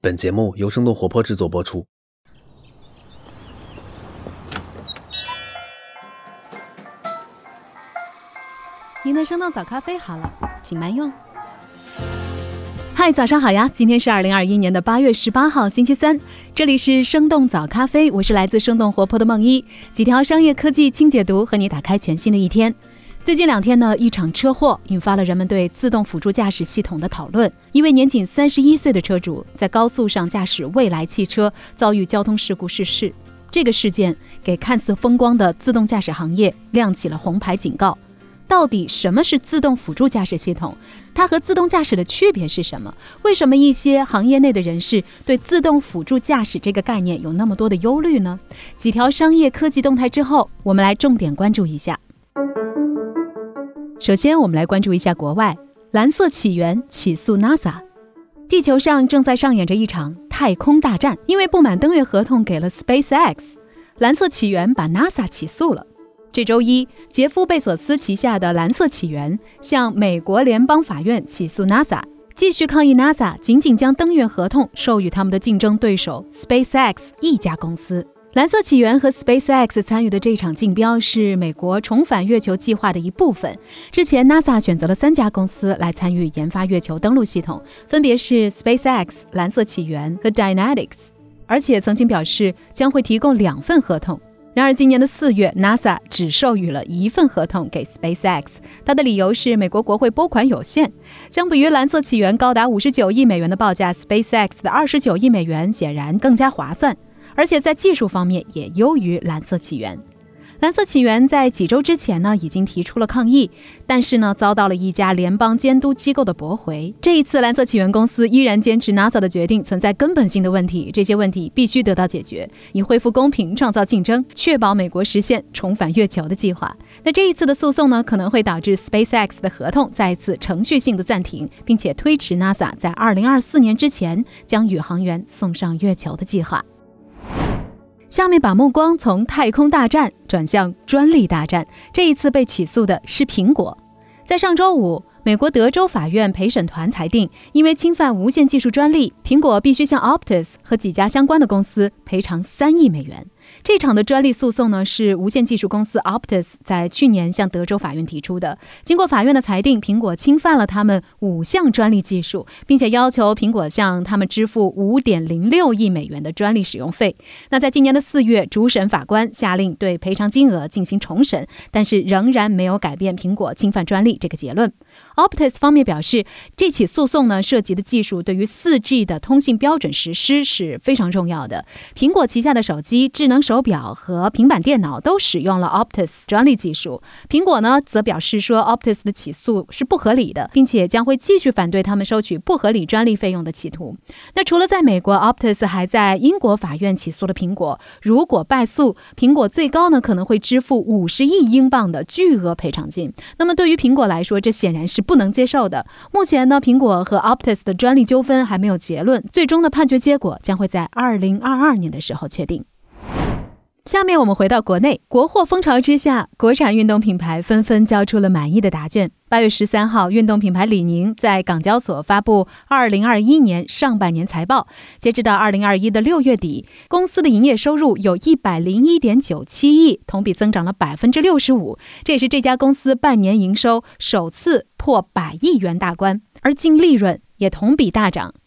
本节目由生动活泼制作播出。 您的生动早咖啡好了，请慢用。嗨，早上好呀！今天是2021年8月18号，星期三。这里是生动早咖啡，我是来自生动活泼的梦一，几条商业科技轻解读，和你打开全新的一天。最近2天呢，一场车祸引发了人们对自动辅助驾驶系统的讨论。一位年仅31岁的车主在高速上驾驶蔚来汽车，遭遇交通事故逝世。这个事件给看似风光的自动驾驶行业亮起了红牌警告。到底什么是自动辅助驾驶系统？它和自动驾驶的区别是什么？为什么一些行业内的人士对自动辅助驾驶这个概念有那么多的忧虑呢？几条商业科技动态之后，我们来重点关注一下。首先，我们来关注一下国外，蓝色起源起诉 NASA。 地球上正在上演着一场太空大战，因为不满登月合同给了 SpaceX， 蓝色起源把 NASA 起诉了。这周一，杰夫·贝索斯旗下的蓝色起源向美国联邦法院起诉 NASA， 继续抗议 NASA 仅仅将登月合同授予他们的竞争对手 SpaceX 一家公司。蓝色起源和 SpaceX 参与的这场竞标是美国重返月球计划的一部分。之前 NASA 选择了3家公司来参与研发月球登陆系统，分别是 SpaceX、蓝色起源和 Dynetics， 而且曾经表示将会提供2份合同。然而今年的4月 NASA 只授予了1份合同给 SpaceX， 它的理由是美国国会拨款有限。相比于蓝色起源高达59亿美元的报价， SpaceX 的29亿美元显然更加划算，而且在技术方面也优于蓝色起源。蓝色起源在几周之前呢已经提出了抗议，但是呢遭到了一家联邦监督机构的驳回。这一次蓝色起源公司依然坚持 NASA 的决定存在根本性的问题，这些问题必须得到解决，以恢复公平，创造竞争，确保美国实现重返月球的计划。那这一次的诉讼呢可能会导致 SpaceX 的合同再一次程序性的暂停，并且推迟 NASA 在2024年之前将宇航员送上月球的计划。下面把目光从太空大战转向专利大战，这一次被起诉的是苹果。在上周五，美国德州法院陪审团裁定，因为侵犯无线技术专利，苹果必须向 Optus 和几家相关的公司赔偿3亿美元。这场的专利诉讼呢，是无线技术公司 Optus 在去年向德州法院提出的。经过法院的裁定，苹果侵犯了他们5项专利技术，并且要求苹果向他们支付 5.06 亿美元的专利使用费。那在今年的4月，主审法官下令对赔偿金额进行重审，但是仍然没有改变苹果侵犯专利这个结论。Optus 方面表示，这起诉讼呢涉及的技术对于 4G 的通信标准实施是非常重要的。苹果旗下的手机、智能手表和平板电脑都使用了 Optus 专利技术。苹果呢则表示说 Optus 的起诉是不合理的，并且将会继续反对他们收取不合理专利费用的企图。那除了在美国， Optus 还在英国法院起诉了苹果。如果败诉，苹果最高呢可能会支付50亿英镑的巨额赔偿金。那么对于苹果来说，这显然是不能接受的。目前呢，苹果和 Optus 的专利纠纷还没有结论，最终的判决结果将会在2022年的时候确定。下面我们回到国内，国货风潮之下，国产运动品牌纷纷交出了满意的答卷。8月13号，运动品牌李宁在港交所发布2021年上半年财报。截止到2021的6月底，公司的营业收入有101.97亿，同比增长了 65%， 这也是这家公司半年营收首次破100亿元大关，而净利润也同比大涨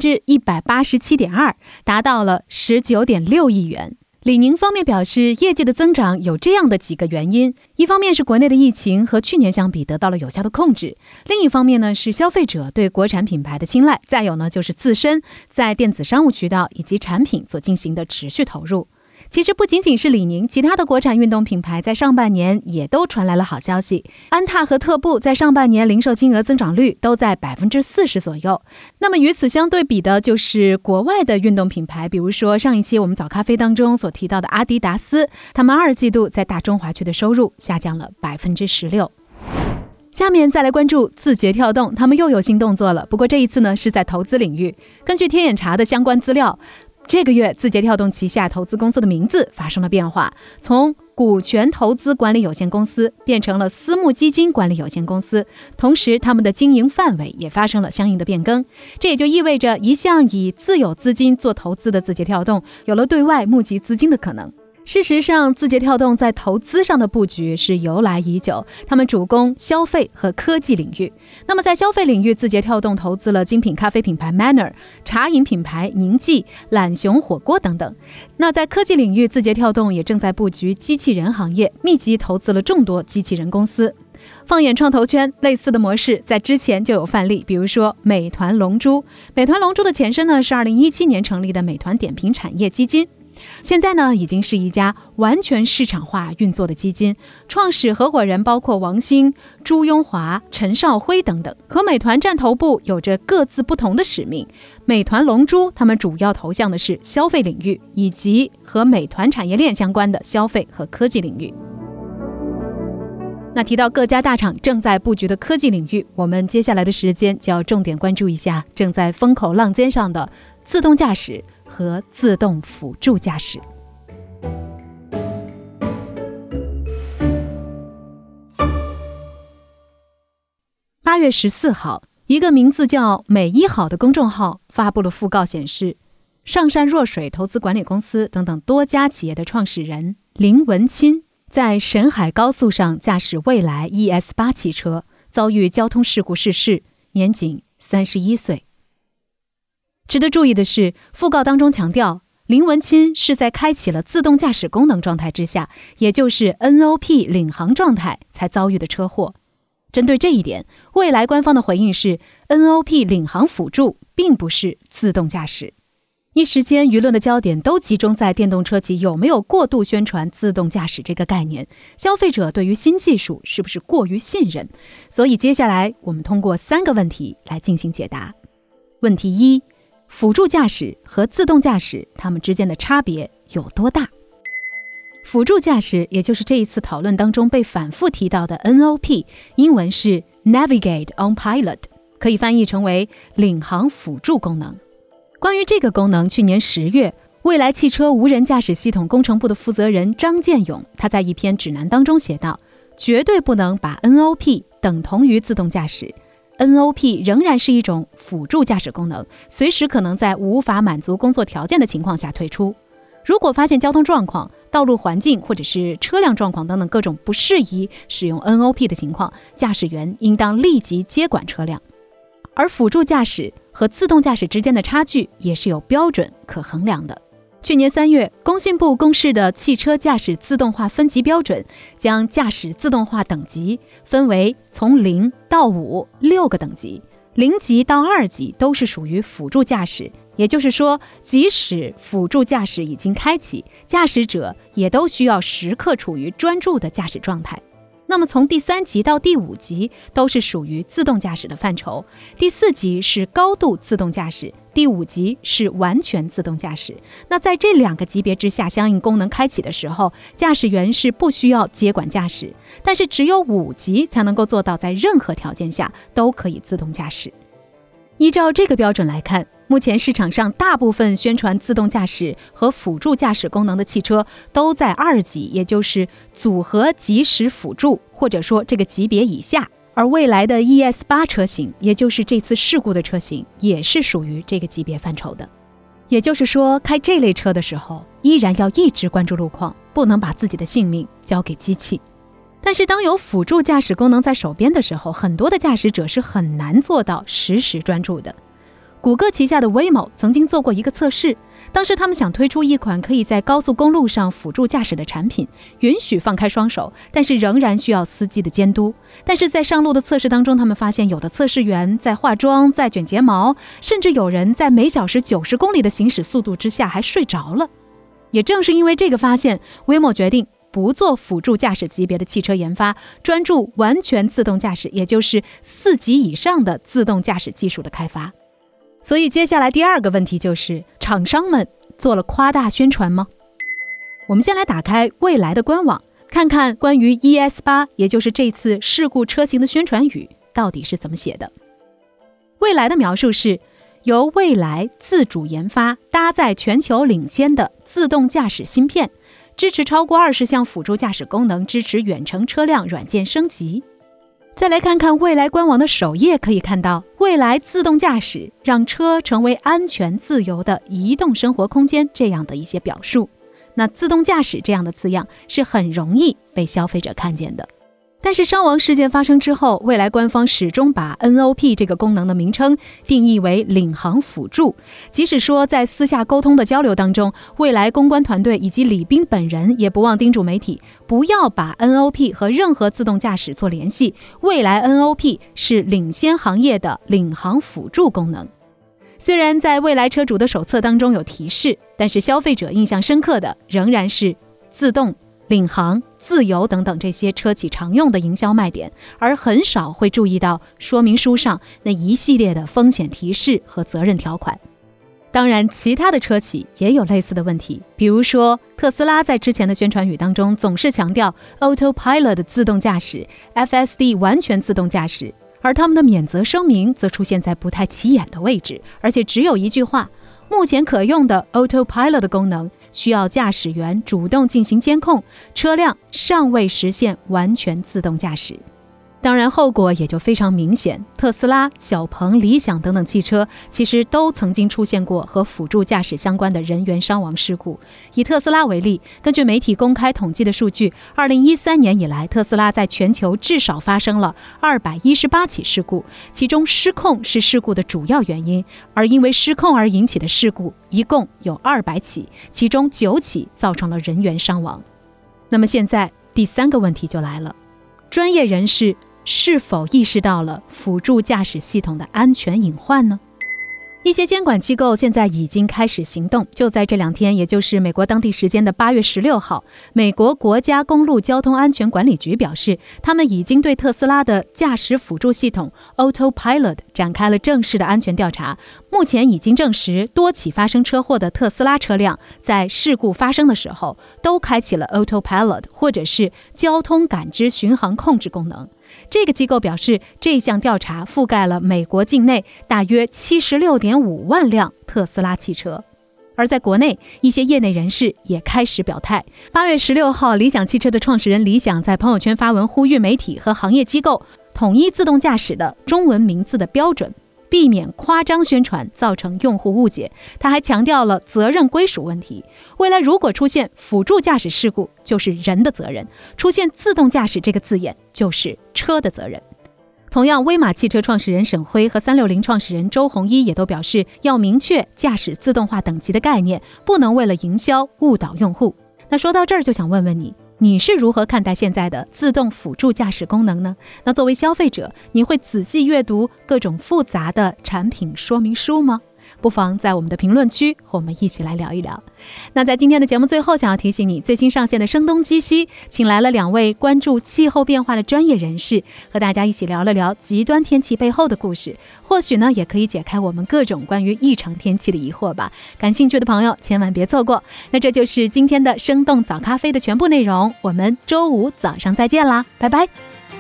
187.2%， 达到了19.6亿元。李宁方面表示，业绩的增长有这样的几个原因，一方面是国内的疫情和去年相比得到了有效的控制，另一方面呢是消费者对国产品牌的青睐，再有呢就是自身在电子商务渠道以及产品所进行的持续投入。其实不仅仅是李宁，其他的国产运动品牌在上半年也都传来了好消息。安踏和特步在上半年零售金额增长率都在 40% 左右。那么与此相对比的就是国外的运动品牌，比如说上一期我们早咖啡当中所提到的阿迪达斯，他们2季度在大中华区的收入下降了 16%。下面再来关注字节跳动，他们又有新动作了，不过这一次呢是在投资领域。根据天眼查的相关资料， 这个月，字节跳动旗下投资公司的名字发生了变化，从股权投资管理有限公司变成了私募基金管理有限公司，同时他们的经营范围也发生了相应的变更。这也就意味着一向以自有资金做投资的字节跳动有了对外募集资金的可能。事实上，字节跳动在投资上的布局是由来已久，他们主攻消费和科技领域。那么在消费领域，字节跳动投资了精品咖啡品牌 Manner、 茶饮品牌宁记、懒熊火锅等等。那在科技领域，字节跳动也正在布局机器人行业，密集投资了众多机器人公司。放眼创投圈，类似的模式在之前就有范例，比如说美团龙珠。美团龙珠的前身呢是2017年成立的美团点评产业基金，现在呢已经是一家完全市场化运作的基金，创始合伙人包括王兴、朱庸华、陈少辉等等，和美团战头部有着各自不同的使命。美团龙珠他们主要投向的是消费领域，以及和美团产业链相关的消费和科技领域。那提到各家大厂正在布局的科技领域，我们接下来的时间就要重点关注一下正在风口浪尖上的自动驾驶和自动辅助驾驶。8月14号，一个名字叫美一好的公众号发布了讣告，显示上善若水投资管理公司等等多家企业的创始人林文钦在沈海高速上驾驶蔚来 ES8 汽车，遭遇交通事故逝世，年仅31岁。值得注意的是，讣告当中强调，林文钦是在开启了自动驾驶功能状态之下，也就是 NOP 领航状态才遭遇的车祸。针对这一点，蔚来官方的回应是 NOP 领航辅助并不是自动驾驶。一时间，舆论的焦点都集中在电动车企有没有过度宣传自动驾驶这个概念，消费者对于新技术是不是过于信任。所以接下来我们通过3个问题来进行解答。问题1，辅助驾驶和自动驾驶它们之间的差别有多大？辅助驾驶也就是这一次讨论当中被反复提到的 NOP， 英文是 Navigate on Pilot， 可以翻译成为领航辅助功能。关于这个功能，去年10月，蔚来汽车无人驾驶系统工程部的负责人张建勇，他在一篇指南当中写道，绝对不能把 NOP 等同于自动驾驶， NOP 仍然是一种辅助驾驶功能，随时可能在无法满足工作条件的情况下推出。如果发现交通状况、道路环境或者是车辆状况等等各种不适宜使用 NOP 的情况，驾驶员应当立即接管车辆。而辅助驾驶和自动驾驶之间的差距也是有标准可衡量的。去年3月，工信部公示的汽车驾驶自动化分级标准，将驾驶自动化等级分为从0到5 6个等级，0级到2级都是属于辅助驾驶，也就是说，即使辅助驾驶已经开启，驾驶者也都需要时刻处于专注的驾驶状态。那么从第3级到第5级都是属于自动驾驶的范畴，第4级是高度自动驾驶，第5级是完全自动驾驶。那在这2个级别之下，相应功能开启的时候，驾驶员是不需要接管驾驶，但是只有5级才能够做到在任何条件下都可以自动驾驶。依照这个标准来看，目前市场上大部分宣传自动驾驶和辅助驾驶功能的汽车都在2级，也就是组合即时辅助，或者说这个级别以下。而蔚来的 ES8 车型，也就是这次事故的车型，也是属于这个级别范畴的。也就是说，开这类车的时候，依然要一直关注路况，不能把自己的性命交给机器。但是当有辅助驾驶功能在手边的时候，很多的驾驶者是很难做到实时专注的。谷歌旗下的 Waymo 曾经做过一个测试，当时他们想推出一款可以在高速公路上辅助驾驶的产品，允许放开双手，但是仍然需要司机的监督。但是在上路的测试当中，他们发现有的测试员在化妆、在卷睫毛，甚至有人在每小时90公里的行驶速度之下还睡着了。也正是因为这个发现， Waymo 决定不做辅助驾驶级别的汽车研发，专注完全自动驾驶，也就是4级以上的自动驾驶技术的开发。所以接下来第2个问题就是，厂商们做了夸大宣传吗？我们先来打开蔚来的官网，看看关于 ES8， 也就是这次事故车型的宣传语到底是怎么写的。蔚来的描述是， 由蔚来自主研发，搭载全球领先的自动驾驶芯片，支持超过20项辅助驾驶功能，支持远程车辆软件升级。再来看看蔚来官网的首页，可以看到蔚来自动驾驶让车成为安全自由的移动生活空间这样的一些表述。那自动驾驶这样的字样是很容易被消费者看见的。但是伤亡事件发生之后，蔚来官方始终把 NOP 这个功能的名称定义为领航辅助。即使说在私下沟通的交流当中，蔚来公关团队以及李斌本人也不忘叮嘱媒体不要把 NOP 和任何自动驾驶做联系，蔚来 NOP 是领先行业的领航辅助功能。虽然在蔚来车主的手册当中有提示，但是消费者印象深刻的仍然是自动、领航、自由等等这些车企常用的营销卖点，而很少会注意到说明书上那一系列的风险提示和责任条款。当然，其他的车企也有类似的问题，比如说特斯拉在之前的宣传语当中总是强调 Autopilot 的自动驾驶、FSD 完全自动驾驶，而他们的免责声明则出现在不太起眼的位置，而且只有一句话：目前可用的 Autopilot 的功能需要驾驶员主动进行监控，车辆尚未实现完全自动驾驶。当然后果也就非常明显，特斯拉、小鹏、理想等等汽车其实都曾经出现过和辅助驾驶相关的人员伤亡事故。以特斯拉为例，根据媒体公开统计的数据，2013年以来，特斯拉在全球至少发生了218起事故，其中失控是事故的主要原因，而因为失控而引起的事故一共有200起，其中9起造成了人员伤亡。那么现在第3个问题就来了，专业人士是否意识到了辅助驾驶系统的安全隐患呢？一些监管机构现在已经开始行动，就在这2天，也就是美国当地时间的8月16号，美国国家公路交通安全管理局表示，他们已经对特斯拉的驾驶辅助系统 Autopilot 展开了正式的安全调查。目前已经证实，多起发生车祸的特斯拉车辆在事故发生的时候都开启了 Autopilot 或者是交通感知巡航控制功能。这个机构表示，这项调查覆盖了美国境内大约76.5万辆特斯拉汽车。而在国内，一些业内人士也开始表态。8月16号，理想汽车的创始人李想在朋友圈发文呼吁媒体和行业机构统一自动驾驶的中文名字的标准，避免夸张宣传造成用户误解。他还强调了责任归属问题，未来如果出现辅助驾驶事故，就是人的责任；出现自动驾驶这个字眼，就是车的责任。同样，威马汽车创始人沈辉和360创始人周鸿祎也都表示，要明确驾驶自动化等级的概念，不能为了营销误导用户。那说到这儿，就想问问你是如何看待现在的自动辅助驾驶功能呢？那作为消费者，你会仔细阅读各种复杂的产品说明书吗？不妨在我们的评论区和我们一起来聊一聊。那在今天的节目最后，想要提醒你，最新上线的声东击西请来了2位关注气候变化的专业人士，和大家一起聊了聊极端天气背后的故事，或许呢也可以解开我们各种关于异常天气的疑惑吧。感兴趣的朋友千万别错过。那这就是今天的生动早咖啡的全部内容，我们周5早上再见啦，拜拜。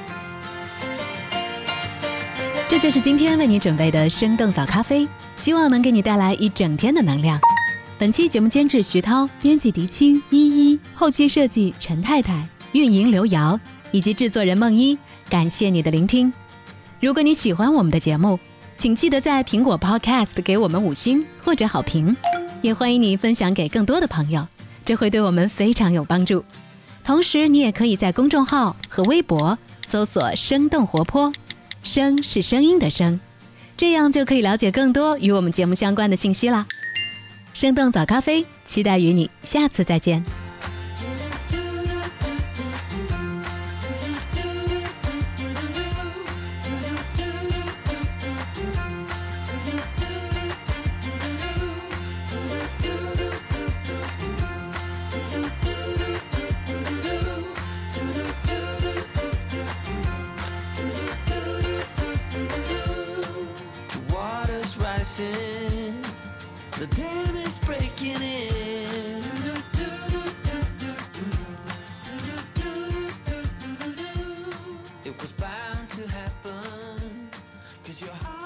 这就是今天为你准备的生动早咖啡，希望能给你带来一整天的能量。本期节目监制徐涛，编辑狄青、依依，后期设计陈太太，运营刘瑶，以及制作人梦一。感谢你的聆听。如果你喜欢我们的节目，请记得在苹果 Podcast 给我们5星或者好评，也欢迎你分享给更多的朋友，这会对我们非常有帮助。同时，你也可以在公众号和微博搜索生动活泼，声是声音的声，这样就可以了解更多与我们节目相关的信息啦。生动早咖啡，期待与你下次再见。 The dam is breaking in. It was bound to happen, 'cause your heart